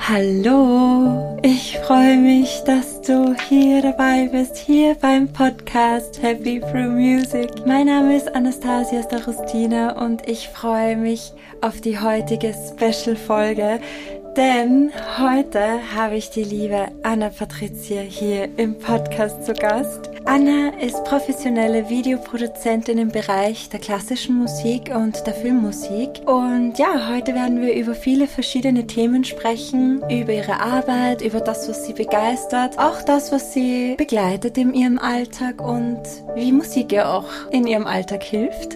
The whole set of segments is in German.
Hallo, ich freue mich, dass du hier dabei bist, hier beim Podcast Happy Through Music. Mein Name ist Anastasia Starostina und ich freue mich auf die heutige Special-Folge, denn heute habe ich die liebe Anna-Patricia hier im Podcast zu Gast. Anna ist professionelle Videoproduzentin im Bereich der klassischen Musik und der Filmmusik. Und ja, heute werden wir über viele verschiedene Themen sprechen, über ihre Arbeit, über das, was sie begeistert, auch das, was sie begleitet in ihrem Alltag und wie Musik ihr auch in ihrem Alltag hilft.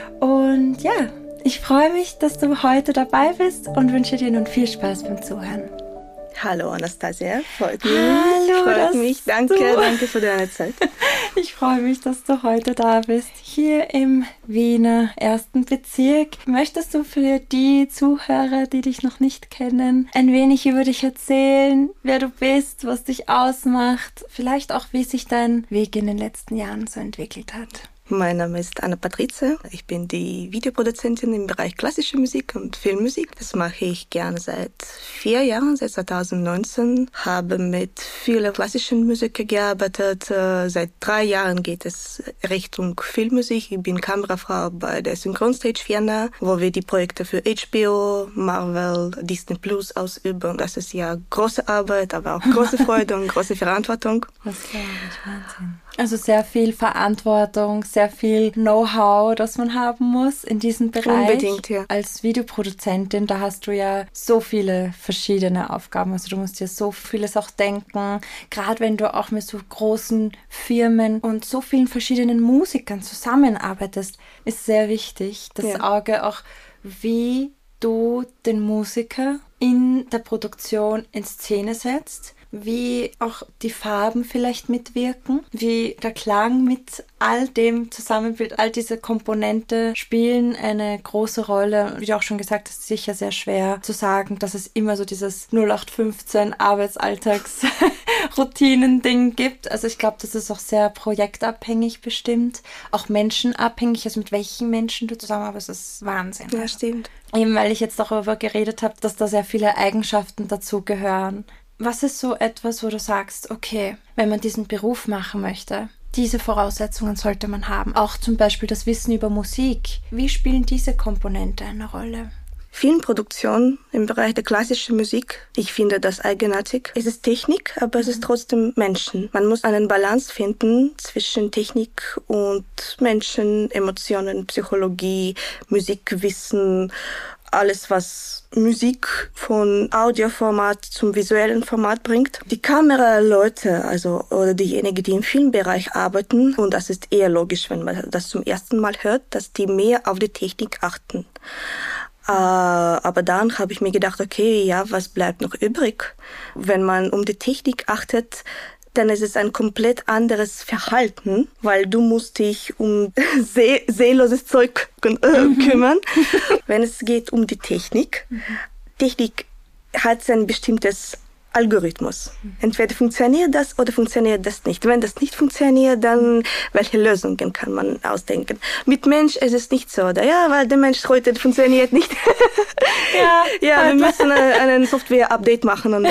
Und ja, ich freue mich, dass du heute dabei bist und wünsche dir nun viel Spaß beim Zuhören. Hallo Anastasia, freut mich. Hallo, Danke für deine Zeit. Ich freue mich, dass du heute da bist, hier im Wiener 1. Bezirk. Möchtest du für die Zuhörer, die dich noch nicht kennen, ein wenig über dich erzählen, wer du bist, was dich ausmacht, vielleicht auch, wie sich dein Weg in den letzten Jahren so entwickelt hat? Mein Name ist Anna-Patricia. Ich bin die Videoproduzentin im Bereich klassische Musik und Filmmusik. Das mache ich gerne seit 4 Jahren, seit 2019. Habe mit vielen klassischen Musikern gearbeitet. Seit 3 Jahren geht es Richtung Filmmusik. Ich bin Kamerafrau bei der Synchronstage Vienna, wo wir die Projekte für HBO, Marvel, Disney Plus ausüben. Das ist ja große Arbeit, aber auch große Freude und große Verantwortung. Das glaube ich, Wahnsinn. Also sehr viel Verantwortung, sehr viel Know-how, das man haben muss in diesem Bereich. Unbedingt, ja. Als Videoproduzentin, da hast du ja so viele verschiedene Aufgaben. Also du musst dir so vieles auch denken. Gerade wenn du auch mit so großen Firmen und so vielen verschiedenen Musikern zusammenarbeitest, ist sehr wichtig, das Auge auch, wie du den Musiker in der Produktion in Szene setzt, wie auch die Farben vielleicht mitwirken, wie der Klang mit all dem Zusammenbild, all diese Komponente spielen eine große Rolle. Wie du auch schon gesagt hast, sicher sehr schwer zu sagen, dass es immer so dieses 0815 Arbeitsalltags-Routinen-Ding gibt. Also ich glaube, das ist auch sehr projektabhängig bestimmt, auch menschenabhängig, also mit welchen Menschen du zusammenarbeitest, ist Wahnsinn. Ja, stimmt. Eben weil ich jetzt darüber geredet habe, dass da sehr viele Eigenschaften dazu gehören. Was ist so etwas, wo du sagst, okay, wenn man diesen Beruf machen möchte, diese Voraussetzungen sollte man haben. Auch zum Beispiel das Wissen über Musik. Wie spielen diese Komponente eine Rolle? Filmproduktion im Bereich der klassischen Musik, ich finde das eigenartig. Es ist Technik, aber es ist trotzdem Menschen. Man muss einen Balance finden zwischen Technik und Menschen, Emotionen, Psychologie, Musikwissen, alles, was Musik von Audioformat zum visuellen Format bringt. Die Kameraleute, oder diejenigen, die im Filmbereich arbeiten, und das ist eher logisch, wenn man das zum ersten Mal hört, dass die mehr auf die Technik achten. Aber dann habe ich mir gedacht, okay, ja, was bleibt noch übrig? Wenn man um die Technik achtet, dann ist es ein komplett anderes Verhalten, weil du musst dich um seeloses Zeug kümmern. Wenn es geht um die Technik, Technik hat ein bestimmtes Algorithmus. Entweder funktioniert das oder funktioniert das nicht. Wenn das nicht funktioniert, dann welche Lösungen kann man ausdenken? Mit Mensch ist es nicht so, oder? Ja, weil der Mensch heute funktioniert nicht. Ja, wir müssen einen Software-Update machen und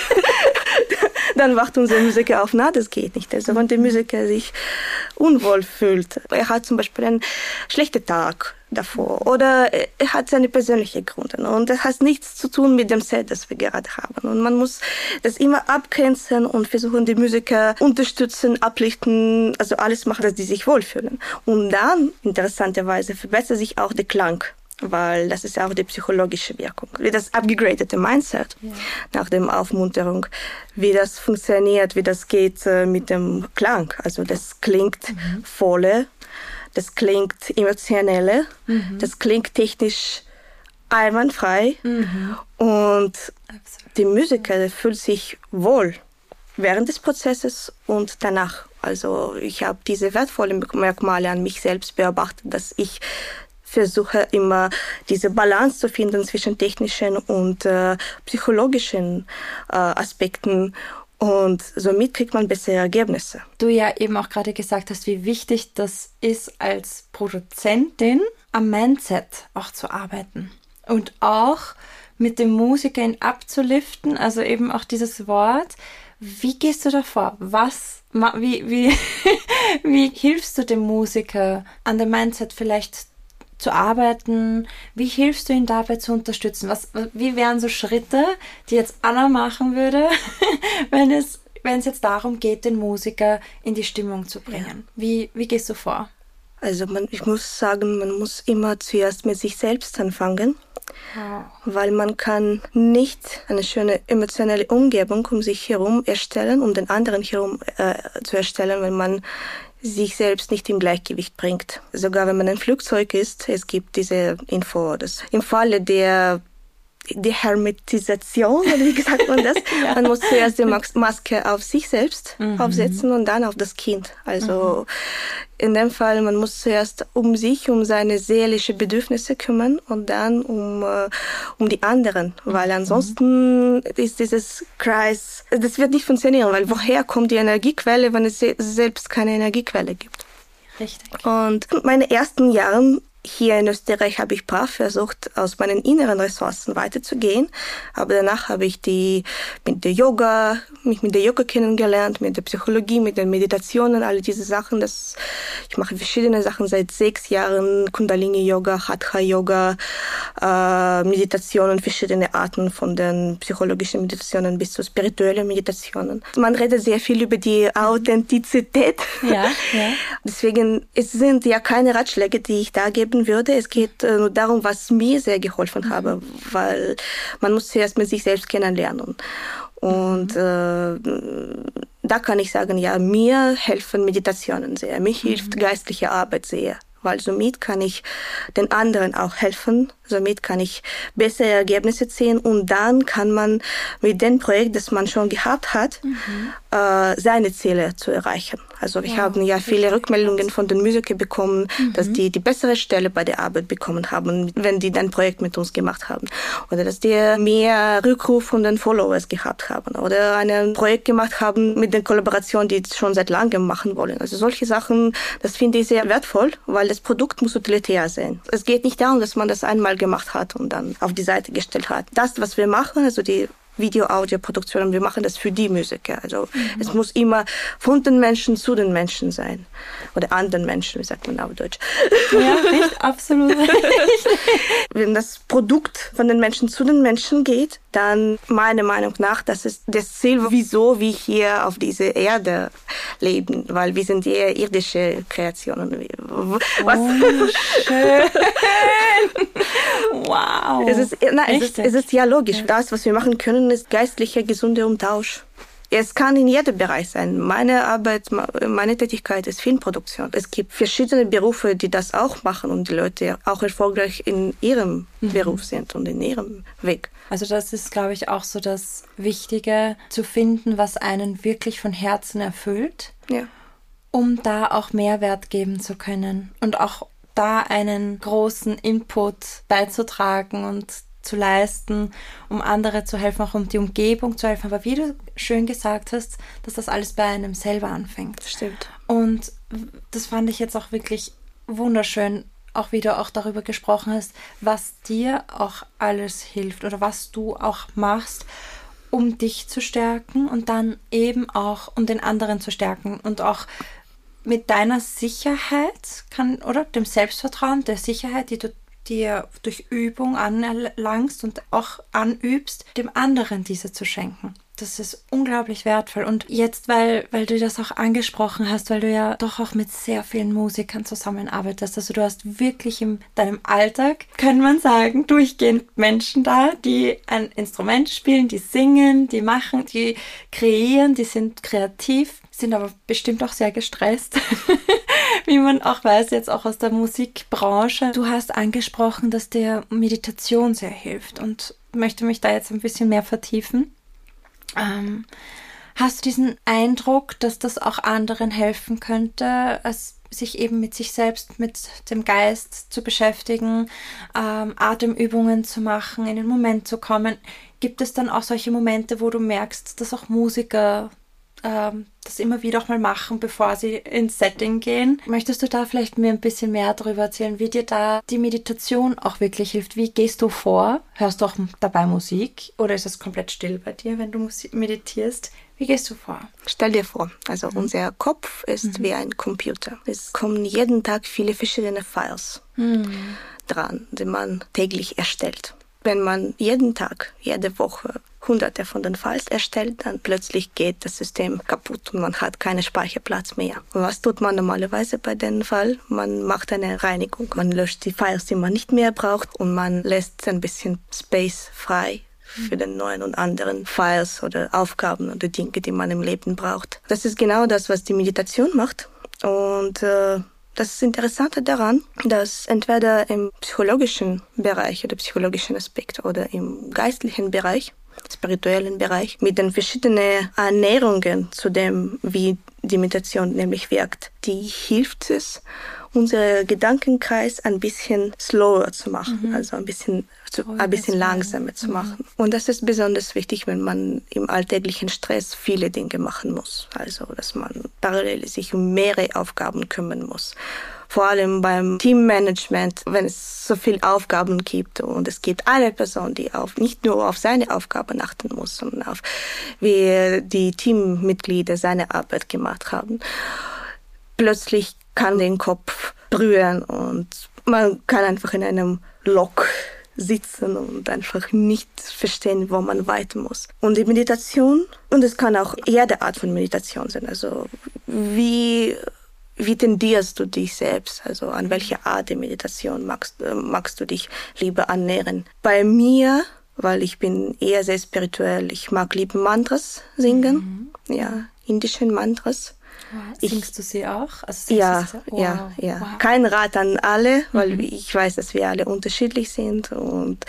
dann wacht unser Musiker auf. Na, das geht nicht. Also wenn der Musiker sich unwohl fühlt, er hat zum Beispiel einen schlechten Tag davor oder er hat seine persönlichen Gründe und das hat nichts zu tun mit dem Set, das wir gerade haben. Und man muss das immer abgrenzen und versuchen, die Musiker unterstützen, ablichten, also alles machen, dass die sich wohlfühlen. Und dann, interessanterweise, verbessert sich auch der Klang, weil das ist auch die psychologische Wirkung. Wie das abgegradete Mindset nach der Aufmunterung, wie das funktioniert, wie das geht mit dem Klang. Also das klingt voller, das klingt emotioneller, das klingt technisch einwandfrei und die Musiker fühlt sich wohl während des Prozesses und danach. Also ich habe diese wertvollen Merkmale an mich selbst beobachtet, dass ich versuche immer diese Balance zu finden zwischen technischen und psychologischen Aspekten. Und somit kriegt man bessere Ergebnisse. Du ja eben auch gerade gesagt hast, wie wichtig das ist, als Produzentin am Mindset auch zu arbeiten. Und auch mit dem Musiker ihn abzuliften, also eben auch dieses Wort. Wie gehst du da vor? Wie hilfst du dem Musiker an dem Mindset vielleicht zu arbeiten? Wie hilfst du ihn dabei zu unterstützen? Wie wären so Schritte, die jetzt Anna machen würde, wenn es jetzt darum geht, den Musiker in die Stimmung zu bringen? Ja. Wie gehst du vor? Also ich muss sagen, man muss immer zuerst mit sich selbst anfangen, weil man kann nicht eine schöne emotionale Umgebung um sich herum erstellen, um den anderen herum zu erstellen, wenn man sich selbst nicht im Gleichgewicht bringt. Sogar wenn man ein Flugzeug ist, es gibt diese Info, dass im Falle der Hermetisation, oder wie sagt man das? Ja. Man muss zuerst die Maske auf sich selbst aufsetzen und dann auf das Kind. Also in dem Fall, man muss zuerst um seine seelischen Bedürfnisse kümmern und dann um die anderen. Weil ansonsten ist dieses Kreis, das wird nicht funktionieren, weil woher kommt die Energiequelle, wenn es selbst keine Energiequelle gibt? Richtig. Und meine ersten Jahre hier in Österreich habe ich brav versucht, aus meinen inneren Ressourcen weiterzugehen. Aber danach habe ich mich mit der Yoga kennengelernt, mit der Psychologie, mit den Meditationen, alle diese Sachen. Ich mache verschiedene Sachen seit 6 Jahren. Kundalini-Yoga, Hatha-Yoga, Meditationen, verschiedene Arten von den psychologischen Meditationen bis zu spirituellen Meditationen. Man redet sehr viel über die Authentizität. Ja, ja. Deswegen, es sind ja keine Ratschläge, die ich da gebe würde. Es geht nur darum, was mir sehr geholfen habe, weil man muss zuerst mit sich selbst kennenlernen. Und da kann ich sagen, ja, mir helfen Meditationen sehr. Mir hilft geistliche Arbeit sehr. Weil somit kann ich den anderen auch helfen, somit kann ich bessere Ergebnisse ziehen und dann kann man mit dem Projekt, das man schon gehabt hat, seine Ziele zu erreichen. Also wir haben ja viele Rückmeldungen von den Musikern bekommen, dass die bessere Stelle bei der Arbeit bekommen haben, wenn die ein Projekt mit uns gemacht haben. Oder dass die mehr Rückruf von den Followers gehabt haben. Oder ein Projekt gemacht haben mit den Kollaborationen, die schon seit langem machen wollen. Also solche Sachen, das finde ich sehr wertvoll, weil das Produkt muss utilitär sein. Es geht nicht darum, dass man das einmal gemacht hat und dann auf die Seite gestellt hat. Das, was wir machen, also die Video-Audio-Produktionen, wir machen das für die Musiker. Also es muss immer von den Menschen zu den Menschen sein. Oder an den Menschen, wie sagt man auf Deutsch. Ja, richtig, absolut. Wenn das Produkt von den Menschen zu den Menschen geht, dann meiner Meinung nach, das ist das Ziel, wieso wir hier auf dieser Erde leben. Weil wir sind eher irdische Kreationen. Was? Oh, schön. Wow. Es ist ja logisch. Ja. Das, was wir machen können, ist geistlicher, gesunder Umtausch. Es kann in jedem Bereich sein. Meine Arbeit, meine Tätigkeit ist Filmproduktion. Es gibt verschiedene Berufe, die das auch machen und die Leute auch erfolgreich in ihrem Beruf sind und in ihrem Weg. Also das ist, glaube ich, auch so das Wichtige, zu finden, was einen wirklich von Herzen erfüllt, um da auch Mehrwert geben zu können und auch da einen großen Input beizutragen und zu leisten, um andere zu helfen, auch um die Umgebung zu helfen. Aber wie du schön gesagt hast, dass das alles bei einem selber anfängt. Stimmt. Und das fand ich jetzt auch wirklich wunderschön, auch wie du auch darüber gesprochen hast, was dir auch alles hilft oder was du auch machst, um dich zu stärken und dann eben auch, um den anderen zu stärken und auch mit deiner Sicherheit oder dem Selbstvertrauen, der Sicherheit, die du dir durch Übung anerlangst und auch anübst, dem anderen diese zu schenken. Das ist unglaublich wertvoll. Und jetzt, weil du das auch angesprochen hast, weil du ja doch auch mit sehr vielen Musikern zusammenarbeitest, also du hast wirklich in deinem Alltag, kann man sagen, durchgehend Menschen da, die ein Instrument spielen, die singen, die machen, die kreieren, die sind kreativ, sind aber bestimmt auch sehr gestresst, wie man auch weiß, jetzt auch aus der Musikbranche. Du hast angesprochen, dass dir Meditation sehr hilft und möchte mich da jetzt ein bisschen mehr vertiefen. Hast du diesen Eindruck, dass das auch anderen helfen könnte, sich eben mit sich selbst, mit dem Geist zu beschäftigen, Atemübungen zu machen, in den Moment zu kommen? Gibt es dann auch solche Momente, wo du merkst, dass auch Musiker das immer wieder auch mal machen, bevor sie ins Setting gehen. Möchtest du da vielleicht mir ein bisschen mehr darüber erzählen, wie dir da die Meditation auch wirklich hilft? Wie gehst du vor? Hörst du auch dabei Musik oder ist es komplett still bei dir, wenn du meditierst? Wie gehst du vor? Stell dir vor, also unser Kopf ist wie ein Computer. Es kommen jeden Tag viele verschiedene Files dran, die man täglich erstellt. Wenn man jeden Tag, jede Woche Hunderte von den Files erstellt, dann plötzlich geht das System kaputt und man hat keinen Speicherplatz mehr. Und was tut man normalerweise bei den Files? Man macht eine Reinigung. Man löscht die Files, die man nicht mehr braucht und man lässt ein bisschen Space frei für den neuen und anderen Files oder Aufgaben oder Dinge, die man im Leben braucht. Das ist genau das, was die Meditation macht. Und das Interessante daran, dass entweder im psychologischen Bereich oder psychologischen Aspekt oder im geistlichen Bereich, spirituellen Bereich, mit den verschiedenen Ernährungen zu dem, wie die Meditation nämlich wirkt, die hilft es, unseren Gedankenkreis ein bisschen slower zu machen, also ein bisschen langsamer zu machen. Und das ist besonders wichtig, wenn man im alltäglichen Stress viele Dinge machen muss. Also, dass man parallel sich um mehrere Aufgaben kümmern muss. Vor allem beim Teammanagement, wenn es so viele Aufgaben gibt und es gibt eine Person, die nicht nur auf seine Aufgaben achten muss, sondern auf wie die Teammitglieder seine Arbeit gemacht haben. Plötzlich kann den Kopf brühen und man kann einfach in einem Loch sitzen und einfach nicht verstehen, wo man weiter muss. Und die Meditation, und es kann auch jede Art von Meditation sein, also wie tendierst du dich selbst? Also an welche Art der Meditation magst du dich lieber annähern? Bei mir, weil ich bin eher sehr spirituell, ich mag lieber Mantras singen, indischen Mantras. Singst du sie auch? Also ja. Wow. Kein Rat an alle, weil ich weiß, dass wir alle unterschiedlich sind und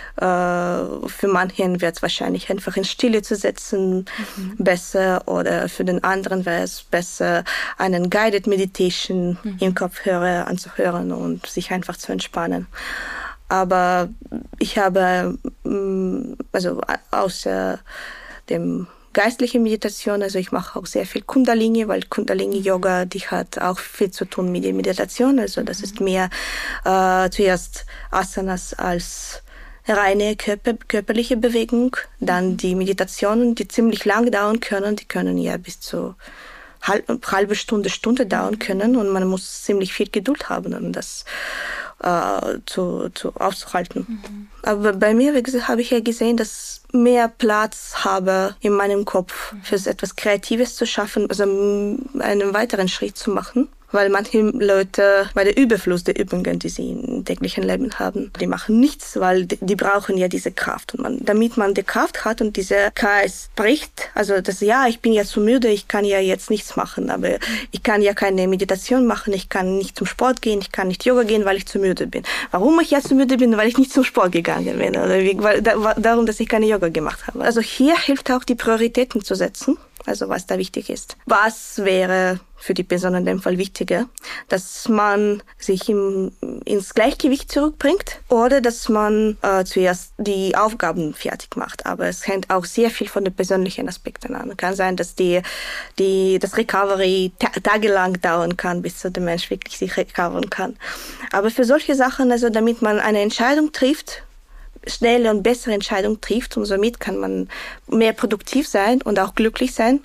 für manchen wird es wahrscheinlich einfach in Stille zu setzen besser oder für den anderen wäre es besser, einen Guided Meditation im Kopfhörer anzuhören und sich einfach zu entspannen. Aber ich habe also außer dem geistliche Meditation, also ich mache auch sehr viel Kundalini, weil Kundalini-Yoga, die hat auch viel zu tun mit der Meditation, also das ist mehr zuerst Asanas als reine körperliche Bewegung, dann die Meditationen, die ziemlich lang dauern können, die können ja bis zu halbe Stunde dauern können und man muss ziemlich viel Geduld haben, um das auszuhalten. Aber bei mir, wie gesagt, habe ich ja gesehen, dass mehr Platz habe in meinem Kopf für etwas Kreatives zu schaffen, also einen weiteren Schritt zu machen. Weil manche Leute bei der Überfluss der Übungen, die sie im täglichen Leben haben, die machen nichts, weil die brauchen ja diese Kraft. Und damit man die Kraft hat und dieser Kreis bricht, also ich bin ja zu müde, ich kann ja jetzt nichts machen, aber ich kann ja keine Meditation machen, ich kann nicht zum Sport gehen, ich kann nicht Yoga gehen, weil ich zu müde bin. Warum ich jetzt zu müde bin? Weil ich nicht zum Sport gegangen bin oder darum, dass ich keine Yoga gemacht habe. Also hier hilft auch die Prioritäten zu setzen. Also was da wichtig ist. Was wäre für die Person in dem Fall wichtiger? Dass man sich ins Gleichgewicht zurückbringt oder dass man zuerst die Aufgaben fertig macht. Aber es hängt auch sehr viel von den persönlichen Aspekten an. Kann sein, dass das Recovery tagelang dauern kann, bis der Mensch wirklich sich recovern kann. Aber für solche Sachen, also damit man eine Entscheidung trifft, schnelle und bessere Entscheidung trifft und somit kann man mehr produktiv sein und auch glücklich sein.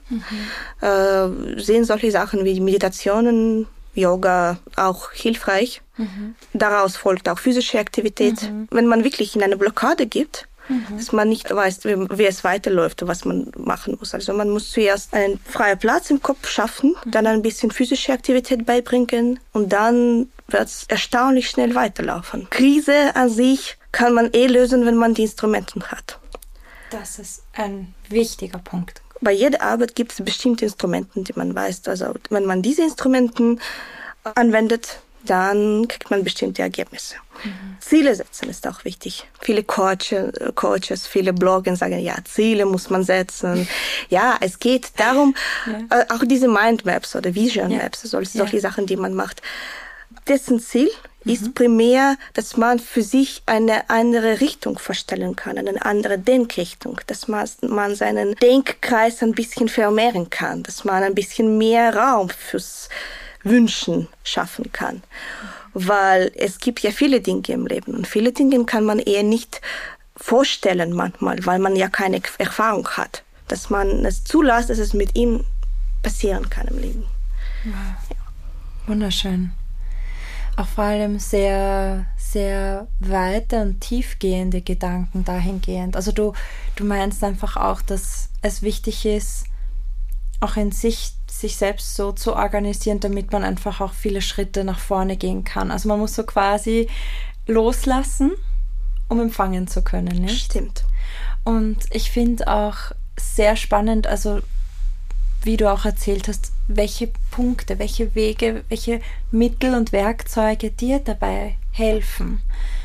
Sehen solche Sachen wie Meditationen, Yoga auch hilfreich. Daraus folgt auch physische Aktivität. Wenn man wirklich in eine Blockade gibt, dass man nicht weiß, wie es weiterläuft und was man machen muss. Also man muss zuerst einen freien Platz im Kopf schaffen, dann ein bisschen physische Aktivität beibringen und dann wird es erstaunlich schnell weiterlaufen. Krise an sich kann man lösen, wenn man die Instrumente hat. Das ist ein wichtiger Punkt. Bei jeder Arbeit gibt es bestimmte Instrumente, die man weiß. Also wenn man diese Instrumente anwendet, dann kriegt man bestimmte Ergebnisse. Ziele setzen ist auch wichtig. Viele Coaches, viele Blogger sagen, ja, Ziele muss man setzen. Ja, es geht darum, auch diese Mindmaps oder Vision Maps, solche Sachen, die man macht. Dessen Ziel ist primär, dass man für sich eine andere Richtung vorstellen kann, eine andere Denkrichtung, dass man seinen Denkkreis ein bisschen vermehren kann, dass man ein bisschen mehr Raum fürs Wünschen schaffen kann. Weil es gibt ja viele Dinge im Leben und viele Dinge kann man eher nicht vorstellen manchmal, weil man ja keine Erfahrung hat. Dass man es zulässt, dass es mit ihm passieren kann im Leben. Wow. Ja. Wunderschön. Auch vor allem sehr, sehr weite und tiefgehende Gedanken dahingehend. Also du meinst einfach auch, dass es wichtig ist, auch in sich selbst so zu organisieren, damit man einfach auch viele Schritte nach vorne gehen kann. Also man muss so quasi loslassen, um empfangen zu können, nicht? Stimmt. Und ich finde auch sehr spannend, also wie du auch erzählt hast, welche Punkte, welche Wege, welche Mittel und Werkzeuge dir dabei helfen,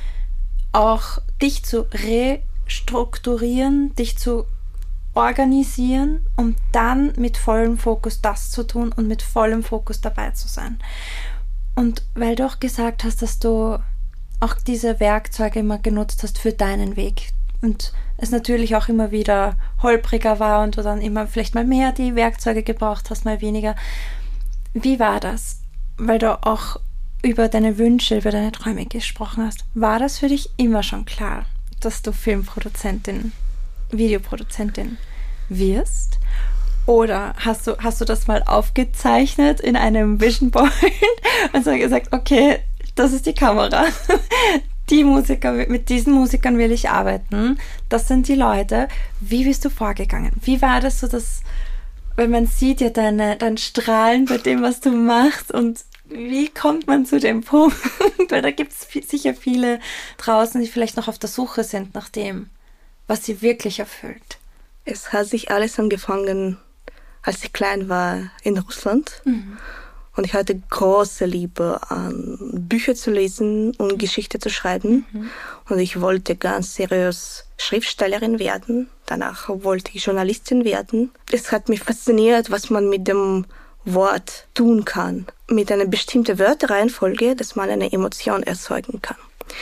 auch dich zu restrukturieren, dich zu organisieren, um dann mit vollem Fokus das zu tun und mit vollem Fokus dabei zu sein. Und weil du auch gesagt hast, dass du auch diese Werkzeuge immer genutzt hast für deinen Weg und es natürlich auch immer wieder holpriger war und du dann immer vielleicht mal mehr die Werkzeuge gebraucht hast, mal weniger. Wie war das? Weil du auch über deine Wünsche, über deine Träume gesprochen hast. War das für dich immer schon klar, dass du Filmproduzentin, Videoproduzentin wirst? Oder hast du das mal aufgezeichnet in einem Vision Board und so gesagt, okay, das ist die Kamera. Die Musiker, mit diesen Musikern will ich arbeiten. Das sind die Leute. Wie bist du vorgegangen? Wie war das so, dass, wenn man sieht ja dein Strahlen bei dem, was du machst und wie kommt man zu dem Punkt? Weil da gibt es sicher viele draußen, die vielleicht noch auf der Suche sind nach dem, was sie wirklich erfüllt. Es hat sich alles angefangen, als ich klein war in Russland. Mhm. Und ich hatte große Liebe an Bücher zu lesen und Geschichte zu schreiben. Mhm. Und ich wollte ganz seriös Schriftstellerin werden. Danach wollte ich Journalistin werden. Es hat mich fasziniert, was man mit dem Wort tun kann. Mit einer bestimmten Wörterreihenfolge, dass man eine Emotion erzeugen kann.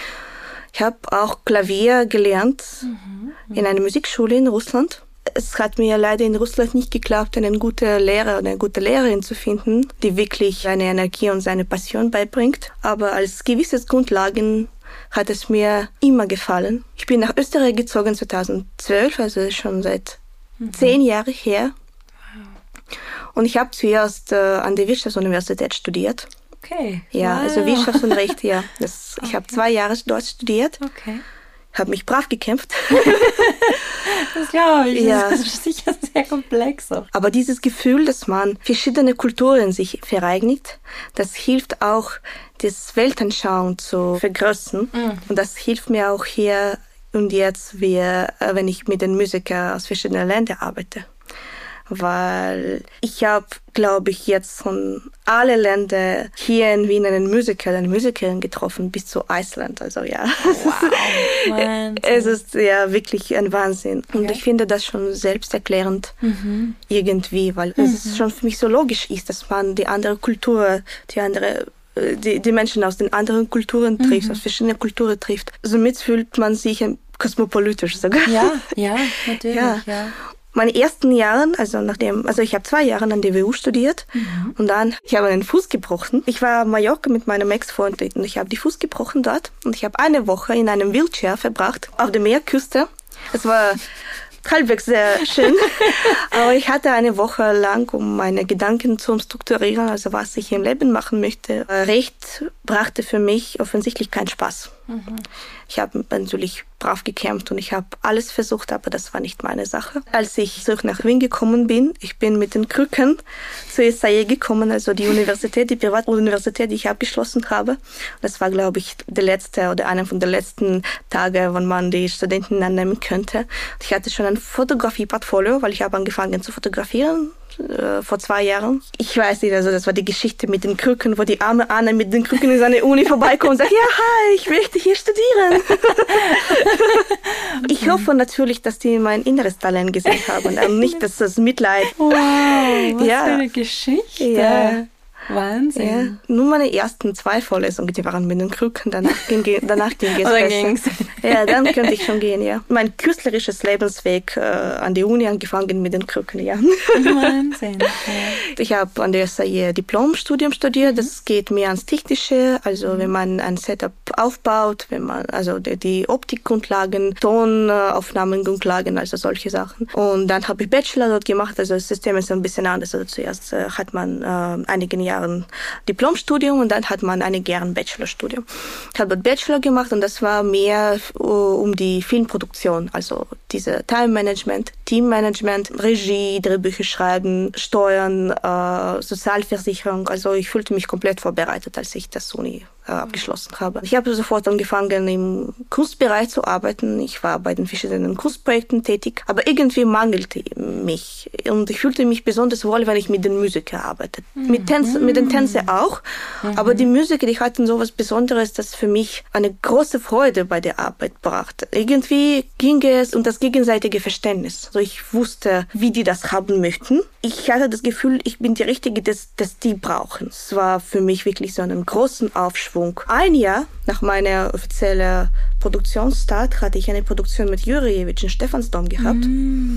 Ich habe auch Klavier gelernt in einer Musikschule in Russland. Es hat mir leider in Russland nicht geklappt, einen guten Lehrer oder eine gute Lehrerin zu finden, die wirklich seine Energie und seine Passion beibringt. Aber als gewisses Grundlagen hat es mir immer gefallen. Ich bin nach Österreich gezogen 2012, also schon seit 10 Jahren her. Und ich habe zuerst an der Wirtschaftsuniversität studiert. Okay. Ja, also Wirtschafts- und Recht, ja. Ich habe 2 Jahre dort studiert. Okay. Habe mich brav gekämpft. Das glaube ich. Ja. Das ist sicher sehr komplex auch. Aber dieses Gefühl, dass man verschiedene Kulturen sich vereinigt, das hilft auch, das Weltanschauung zu vergrößern. Mhm. Und das hilft mir auch hier und jetzt, wenn ich mit den Musikern aus verschiedenen Ländern arbeite. Weil ich habe, glaube ich, jetzt von allen Ländern hier in Wien einen Musiker, eine Musikerin getroffen, bis zu Island. Also ja, wow, es ist ja wirklich ein Wahnsinn. Und ich finde das schon selbsterklärend irgendwie, weil es schon für mich so logisch ist, dass man die andere Kultur, die Menschen aus den anderen Kulturen trifft, aus verschiedenen Kulturen trifft. Somit fühlt man sich kosmopolitisch sogar. Ja, natürlich, ja. Meine ersten Jahren, also ich habe 2 Jahre an der WU studiert und dann, ich habe einen Fuß gebrochen. Ich war auf Mallorca mit meinem Ex-Freund und ich habe die Fuß gebrochen dort und ich habe eine Woche in einem Wheelchair verbracht auf der Meerküste. Es war halbwegs sehr schön, aber ich hatte eine Woche lang, um meine Gedanken zu strukturieren, also was ich im Leben machen möchte. Recht brachte für mich offensichtlich keinen Spaß. Ich habe natürlich brav gekämpft und ich habe alles versucht, aber das war nicht meine Sache. Als ich zurück nach Wien gekommen bin, ich bin mit den Krücken zur SAE gekommen, also die Universität, die Privatuniversität, die ich abgeschlossen habe. Das war, glaube ich, der letzte oder einer von den letzten Tagen, wann man die Studenten annehmen könnte. Ich hatte schon ein Fotografie-Portfolio, weil ich habe angefangen zu fotografieren. Vor 2 Jahren. Ich weiß nicht, also das war die Geschichte mit den Krücken, wo die arme Anne mit den Krücken in seine Uni vorbeikommt und sagt, ja, hi, ich möchte hier studieren. Ich hoffe natürlich, dass die mein inneres Talent gesehen haben und nicht das Mitleid. Wow, was für eine Geschichte. Ja. Wahnsinn. Ja, nur meine ersten 2 Vorlesungen, die waren mit den Krücken, danach ging es besser. Ja, dann könnte ich schon gehen, ja. Mein künstlerisches Lebensweg an die Uni angefangen mit den Krücken, ja. Wahnsinn. Ja. Ich habe an der SAE Diplomstudium studiert, das geht mehr ans Technische, also wenn man ein Setup aufbaut, wenn man, also die Optikgrundlagen, Tonaufnahmengrundlagen, also solche Sachen. Und dann habe ich Bachelor dort gemacht, also das System ist ein bisschen anders. Also zuerst hat man einige Jahre Diplomstudium und dann hat man einige Jahre Bachelorstudium. Ich habe dort Bachelor gemacht und das war mehr um die Filmproduktion, also diese Time-Management, Teammanagement, Regie, Drehbücher schreiben, Steuern, Sozialversicherung. Also ich fühlte mich komplett vorbereitet, als ich das Uni abgeschlossen habe. Ich habe sofort angefangen, im Kunstbereich zu arbeiten. Ich war bei den verschiedenen Kunstprojekten tätig, aber irgendwie mangelte mich. Und ich fühlte mich besonders wohl, wenn ich mit den Musikern arbeitete. Mit den Tänzern auch, aber die Musiker, die hatten so was Besonderes, das für mich eine große Freude bei der Arbeit brachte. Irgendwie ging es um das gegenseitige Verständnis. Also ich wusste, wie die das haben möchten. Ich hatte das Gefühl, ich bin die Richtige, das die brauchen. Es war für mich wirklich so einen großen Aufschwung. Ein Jahr nach meiner offiziellen Produktionsstart hatte ich eine Produktion mit Jurjewitsch in Stephansdom gehabt.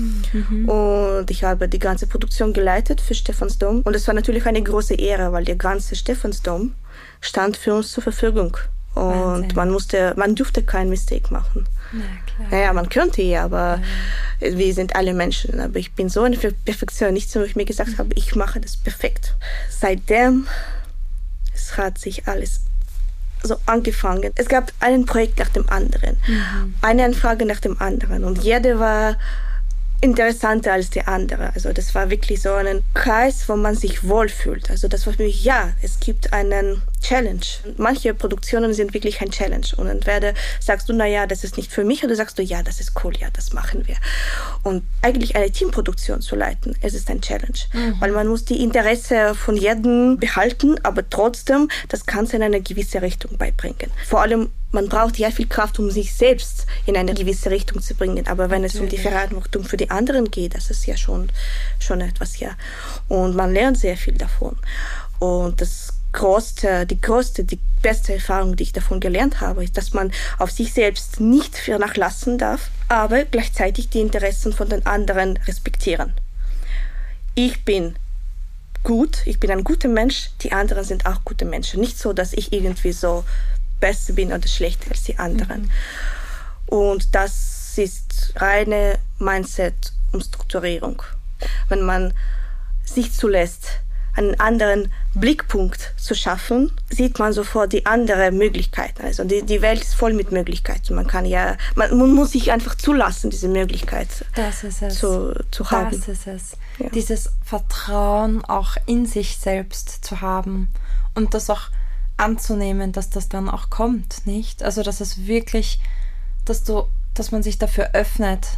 Und ich habe die ganze Produktion geleitet für Stephansdom. Und es war natürlich eine große Ehre, weil der ganze Stephansdom stand für uns zur Verfügung. Und man durfte keinen Mistake machen. Na klar. Naja, man könnte ja, aber wir sind alle Menschen. Aber ich bin so eine Perfektionist, wo ich mir gesagt habe, ich mache das perfekt. Seitdem es hat sich alles so angefangen. Es gab ein Projekt nach dem anderen, eine Anfrage nach dem anderen und jede war interessanter als die andere. Also das war wirklich so ein Kreis, wo man sich wohlfühlt. Also das war für mich, ja, es gibt einen Challenge. Manche Produktionen sind wirklich ein Challenge. Und entweder sagst du, naja, das ist nicht für mich, oder sagst du, ja, das ist cool, ja, das machen wir. Und eigentlich eine Teamproduktion zu leiten, es ist ein Challenge. Weil man muss die Interesse von jedem behalten, aber trotzdem das Ganze in eine gewisse Richtung beibringen. Vor allem, man braucht ja viel Kraft, um sich selbst in eine gewisse Richtung zu bringen. Aber wenn es um die Verantwortung für die anderen geht, das ist ja schon etwas, ja. Und man lernt sehr viel davon. Und die beste Erfahrung, die ich davon gelernt habe, ist, dass man auf sich selbst nicht vernachlassen darf, aber gleichzeitig die Interessen von den anderen respektieren. Ich bin gut, ich bin ein guter Mensch, die anderen sind auch gute Menschen. Nicht so, dass ich irgendwie so besser bin oder schlechter als die anderen. Und das ist reine Mindset-Umstrukturierung. Wenn man sich zulässt, einen anderen Blickpunkt zu schaffen, sieht man sofort die anderen Möglichkeiten. Also die Welt ist voll mit Möglichkeiten. Man muss sich einfach zulassen, diese Möglichkeit zu haben. Das ist es. Ja. Dieses Vertrauen auch in sich selbst zu haben und das auch anzunehmen, dass das dann auch kommt, nicht? Also dass es wirklich, dass man sich dafür öffnet.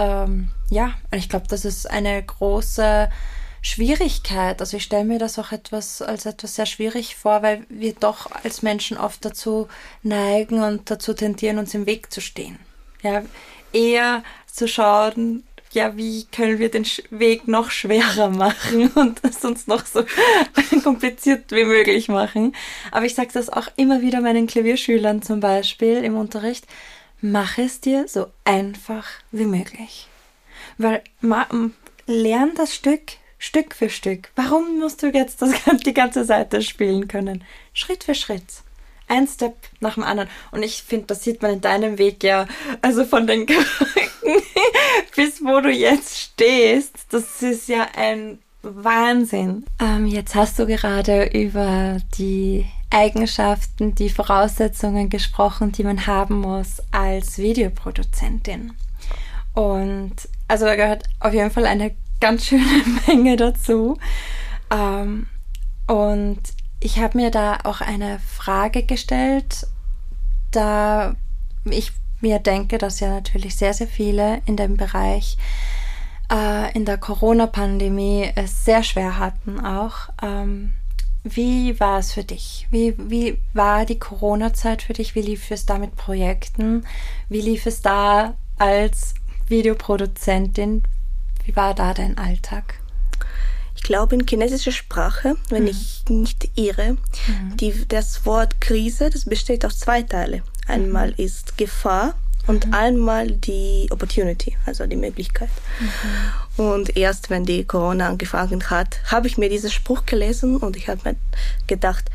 Ich glaube, das ist eine große Schwierigkeit. Also ich stelle mir das auch als etwas sehr schwierig vor, weil wir doch als Menschen oft dazu neigen und dazu tendieren, uns im Weg zu stehen. Ja, eher zu schauen, ja, wie können wir den Weg noch schwerer machen und es uns noch so kompliziert wie möglich machen. Aber ich sage das auch immer wieder meinen Klavierschülern zum Beispiel im Unterricht, mach es dir so einfach wie möglich. Weil lern das Stück für Stück. Warum musst du jetzt die ganze Seite spielen können? Schritt für Schritt. Ein Step nach dem anderen. Und ich finde, das sieht man in deinem Weg ja, also von den Krücken bis wo du jetzt stehst, das ist ja ein Wahnsinn. Jetzt hast du gerade über die Eigenschaften, die Voraussetzungen gesprochen, die man haben muss als Videoproduzentin. Und also da gehört auf jeden Fall eine ganz schöne Menge dazu. Und ich habe mir da auch eine Frage gestellt, da ich mir denke, dass ja natürlich sehr, sehr viele in dem Bereich in der Corona-Pandemie es sehr schwer hatten auch. Wie war es für dich? Wie war die Corona-Zeit für dich? Wie lief es da mit Projekten? Wie lief es da als Videoproduzentin? Wie war da dein Alltag? Ich glaube, in chinesischer Sprache, wenn ich nicht irre, das Wort Krise, das besteht aus 2 Teile. Einmal ist Gefahr und einmal die Opportunity, also die Möglichkeit. Und erst wenn die Corona angefangen hat, habe ich mir diesen Spruch gelesen und ich habe mir gedacht,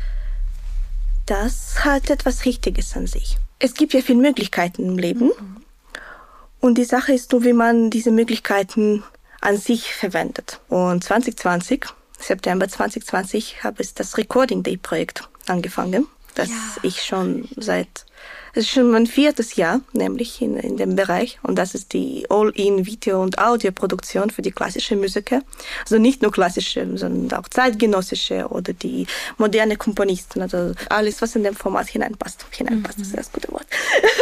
das hat etwas Richtiges an sich. Es gibt ja viele Möglichkeiten im Leben und die Sache ist nur, wie man diese Möglichkeiten an sich verwendet. Und September 2020, habe ich das Recording Day Projekt angefangen, das ich schon es ist schon mein 4. Jahr, nämlich in dem Bereich. Und das ist die All-in-Video- und Audioproduktion für die klassische Musiker. Also nicht nur klassische, sondern auch zeitgenössische oder die moderne Komponisten. Also alles, was in dem Format hineinpasst. Das ist das gute Wort.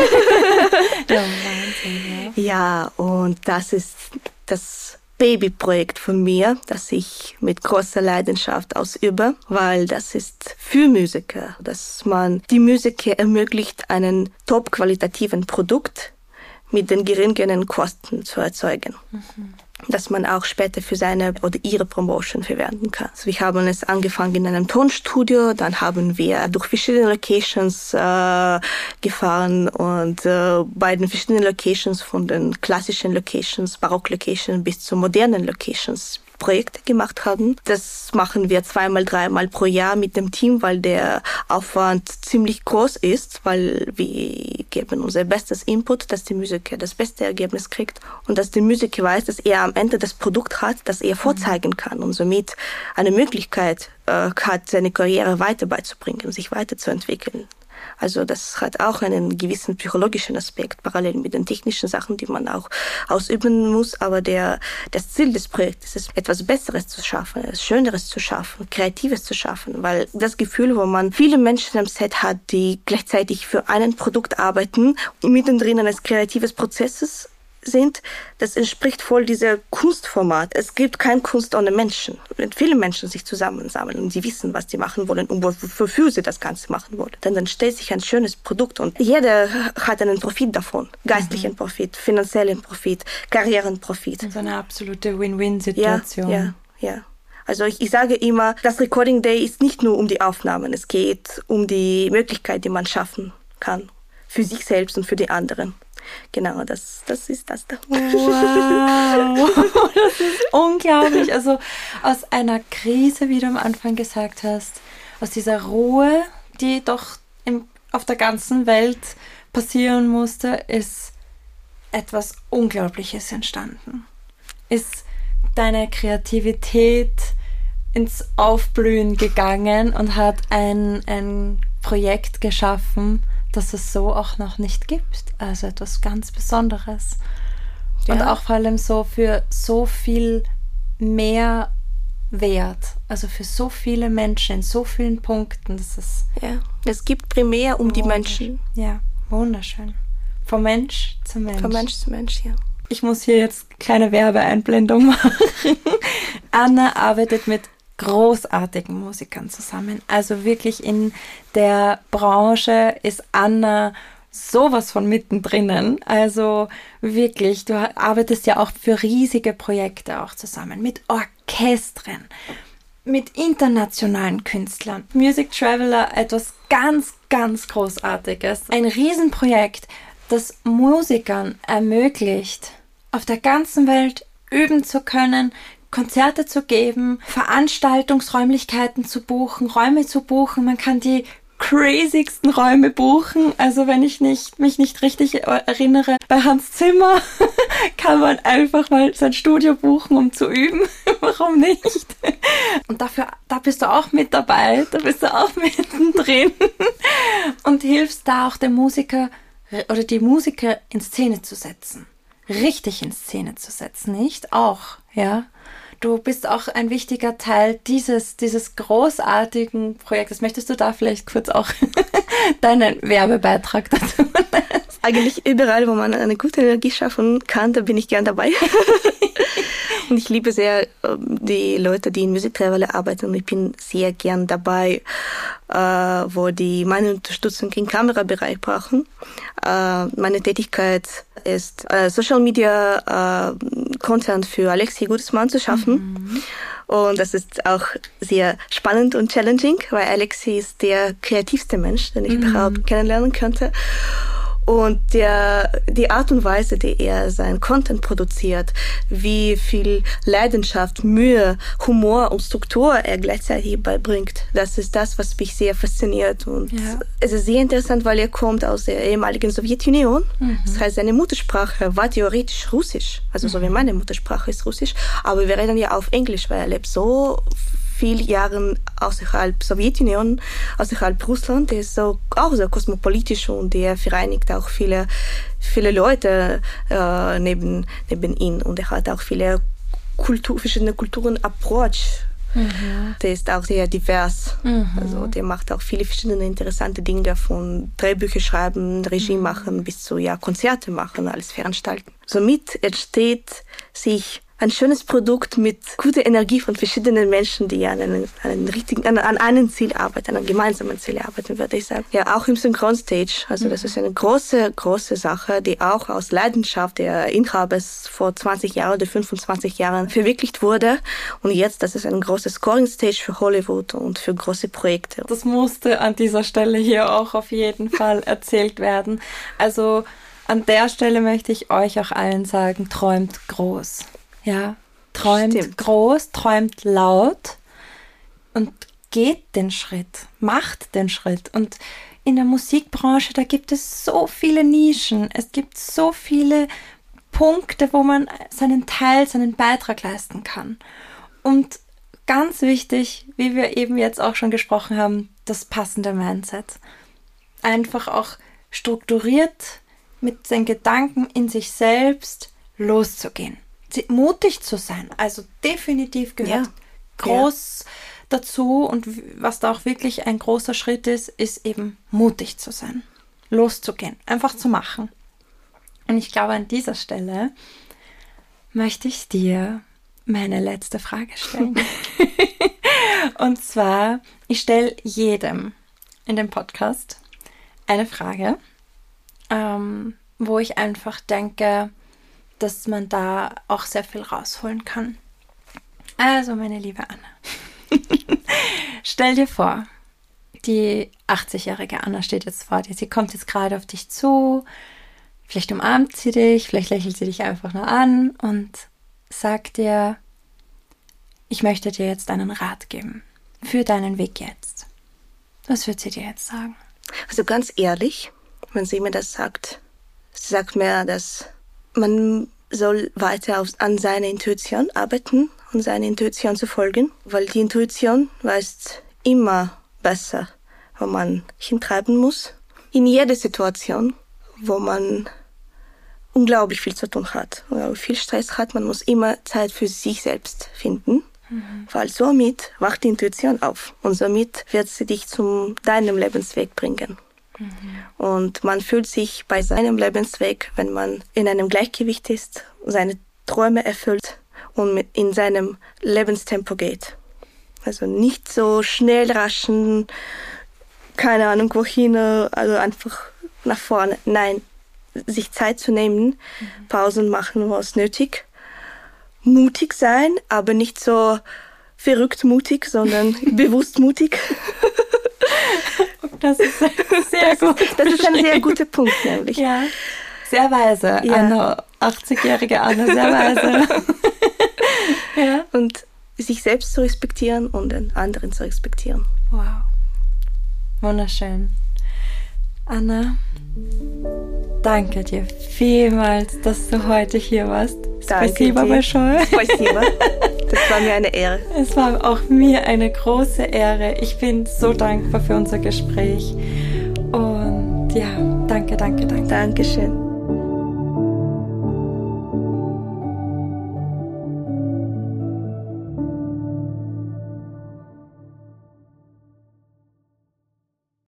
Ja, Wahnsinn, ja. Ja, und das ist das Babyprojekt von mir, das ich mit großer Leidenschaft ausübe, weil das ist für Musiker, dass man die Musiker ermöglicht, einen top-qualitativen Produkt mit den geringeren Kosten zu erzeugen. Dass man auch später für seine oder ihre Promotion verwenden kann. Also wir haben es angefangen in einem Tonstudio, dann haben wir durch verschiedene Locations gefahren und bei den verschiedenen Locations, von den klassischen Locations, Barock-Locations bis zu modernen Locations, Projekte gemacht haben. Das machen wir 2-mal, 3-mal pro Jahr mit dem Team, weil der Aufwand ziemlich groß ist, weil wir geben unser bestes Input, dass die Musiker das beste Ergebnis kriegt und dass der Musiker weiß, dass er am Ende das Produkt hat, das er vorzeigen kann und somit eine Möglichkeit hat, seine Karriere weiter beizubringen, sich weiterzuentwickeln. Also das hat auch einen gewissen psychologischen Aspekt, parallel mit den technischen Sachen, die man auch ausüben muss. Aber das Ziel des Projektes ist, etwas Besseres zu schaffen, etwas Schöneres zu schaffen, Kreatives zu schaffen. Weil das Gefühl, wo man viele Menschen am Set hat, die gleichzeitig für ein Produkt arbeiten, mittendrin eines kreatives Prozesses sind, das entspricht voll dieser Kunstformat. Es gibt keine Kunst ohne Menschen. Wenn viele Menschen sich zusammensammeln und sie wissen, was sie machen wollen und wofür sie das Ganze machen wollen, dann entsteht sich ein schönes Produkt und jeder hat einen Profit davon. Geistlichen Profit, finanziellen Profit, Karrierenprofit. So eine absolute Win-Win-Situation. Ja. Also ich sage immer, das Recording Day ist nicht nur um die Aufnahmen. Es geht um die Möglichkeit, die man schaffen kann. Für sich selbst und für die anderen. Genau, das ist das da. Wow, das ist unglaublich. Also aus einer Krise, wie du am Anfang gesagt hast, aus dieser Ruhe, die doch auf der ganzen Welt passieren musste, ist etwas Unglaubliches entstanden. Ist deine Kreativität ins Aufblühen gegangen und hat ein Projekt geschaffen, das es so auch noch nicht gibt. Also etwas ganz Besonderes. Ja. Und auch vor allem so für so viel mehr Wert. Also für so viele Menschen in so vielen Punkten. Das ist es gibt primär um die Menschen. Ja, wunderschön. Vom Mensch zu Mensch. Vom Mensch zu Mensch, ja. Ich muss hier jetzt kleine Werbeeinblendung machen. Anna arbeitet mit großartigen Musikern zusammen. Also wirklich in der Branche ist Anna sowas von mittendrin. Also wirklich, du arbeitest ja auch für riesige Projekte auch zusammen, mit Orchestern, mit internationalen Künstlern. Music Traveler, etwas ganz, ganz Großartiges. Ein Riesenprojekt, das Musikern ermöglicht, auf der ganzen Welt üben zu können, Konzerte zu geben, Veranstaltungsräumlichkeiten zu buchen, Räume zu buchen. Man kann die crazigsten Räume buchen. Also wenn ich mich nicht richtig erinnere, bei Hans Zimmer kann man einfach mal sein Studio buchen, um zu üben. Warum nicht? Und da bist du auch mit dabei. Da bist du auch mittendrin und hilfst da auch dem Musiker oder die Musiker in Szene zu setzen. Richtig in Szene zu setzen, nicht? Auch, ja. Du bist auch ein wichtiger Teil dieses großartigen Projektes. Möchtest du da vielleicht kurz auch deinen Werbebeitrag dazu machen? Eigentlich überall, wo man eine gute Energie schaffen kann, da bin ich gern dabei. Und ich liebe sehr die Leute, die in Music Traveler arbeiten. Und ich bin sehr gern dabei, wo die meine Unterstützung im Kamerabereich brauchen. Meine Tätigkeit ist Social Media Content für Alexi Gudesmann zu schaffen. Und das ist auch sehr spannend und challenging, weil Alexei ist der kreativste Mensch, den ich überhaupt kennenlernen könnte. Und die Art und Weise, die er sein Content produziert, wie viel Leidenschaft, Mühe, Humor und Struktur er gleichzeitig beibringt, das ist das, was mich sehr fasziniert. Und es ist sehr interessant, weil er kommt aus der ehemaligen Sowjetunion. Das heißt, seine Muttersprache war theoretisch Russisch. Also so wie meine Muttersprache ist Russisch. Aber wir reden ja auf Englisch, weil er lebt so viele Jahre außerhalb Sowjetunion, außerhalb Russland. Der ist auch so kosmopolitisch und der vereinigt auch viele Leute neben ihn. Und er hat auch viele verschiedene Kulturen Approach. Der ist auch sehr divers. Also der macht auch viele verschiedene interessante Dinge, von Drehbücher schreiben, Regie machen bis zu Konzerte machen, alles veranstalten. Somit entsteht sich ein schönes Produkt mit guter Energie von verschiedenen Menschen, die an einem Ziel arbeiten, an einem gemeinsamen Ziel arbeiten, würde ich sagen. Ja, auch im Synchronstage. Also das ist eine große, große Sache, die auch aus Leidenschaft der Inhabers vor 20 Jahren oder 25 Jahren verwirklicht wurde. Und jetzt, das ist ein großes Scoring-Stage für Hollywood und für große Projekte. Das musste an dieser Stelle hier auch auf jeden Fall erzählt werden. Also an der Stelle möchte ich euch auch allen sagen, träumt groß. Ja, träumt groß, träumt laut und geht den Schritt, macht den Schritt. Und in der Musikbranche, da gibt es so viele Nischen, es gibt so viele Punkte, wo man seinen Beitrag leisten kann. Und ganz wichtig, wie wir eben jetzt auch schon gesprochen haben, das passende Mindset. Einfach auch strukturiert mit den Gedanken in sich selbst loszugehen. Mutig zu sein, also definitiv gehört groß dazu, und was da auch wirklich ein großer Schritt ist eben mutig zu sein, loszugehen, einfach zu machen. Und ich glaube, an dieser Stelle möchte ich dir meine letzte Frage stellen. Und zwar, ich stelle jedem in dem Podcast eine Frage, wo ich einfach denke, dass man da auch sehr viel rausholen kann. Also, meine liebe Anna, stell dir vor, die 80-jährige Anna steht jetzt vor dir. Sie kommt jetzt gerade auf dich zu. Vielleicht umarmt sie dich, vielleicht lächelt sie dich einfach nur an und sagt dir, ich möchte dir jetzt einen Rat geben für deinen Weg jetzt. Was wird sie dir jetzt sagen? Also ganz ehrlich, wenn sie mir das sagt, sie sagt mir, dass man soll weiter an seiner Intuition arbeiten und seiner Intuition zu folgen, weil die Intuition weiß immer besser, wo man hintreiben muss. In jeder Situation, wo man unglaublich viel zu tun hat oder viel Stress hat, man muss immer Zeit für sich selbst finden, weil somit wacht die Intuition auf und somit wird sie dich zu deinem Lebensweg bringen. Und man fühlt sich bei seinem Lebensweg, wenn man in einem Gleichgewicht ist, seine Träume erfüllt und in seinem Lebenstempo geht. Also nicht so schnell raschen, keine Ahnung wohin, also einfach nach vorne. Nein, sich Zeit zu nehmen, Pausen machen, was nötig. Mutig sein, aber nicht so verrückt mutig, sondern bewusst mutig. Das ist sehr gut. Das ist ein sehr guter Punkt, nämlich. Ja, sehr weise. Ja. Anna, 80-jährige Anna, sehr weise. Ja. Und sich selbst zu respektieren und den anderen zu respektieren. Wow. Wunderschön. Anna, danke dir vielmals, dass du heute hier warst. Спасибо большое. Спасибо. Das war mir eine Ehre. Es war auch mir eine große Ehre. Ich bin so dankbar für unser Gespräch. Und ja, danke. Dankeschön.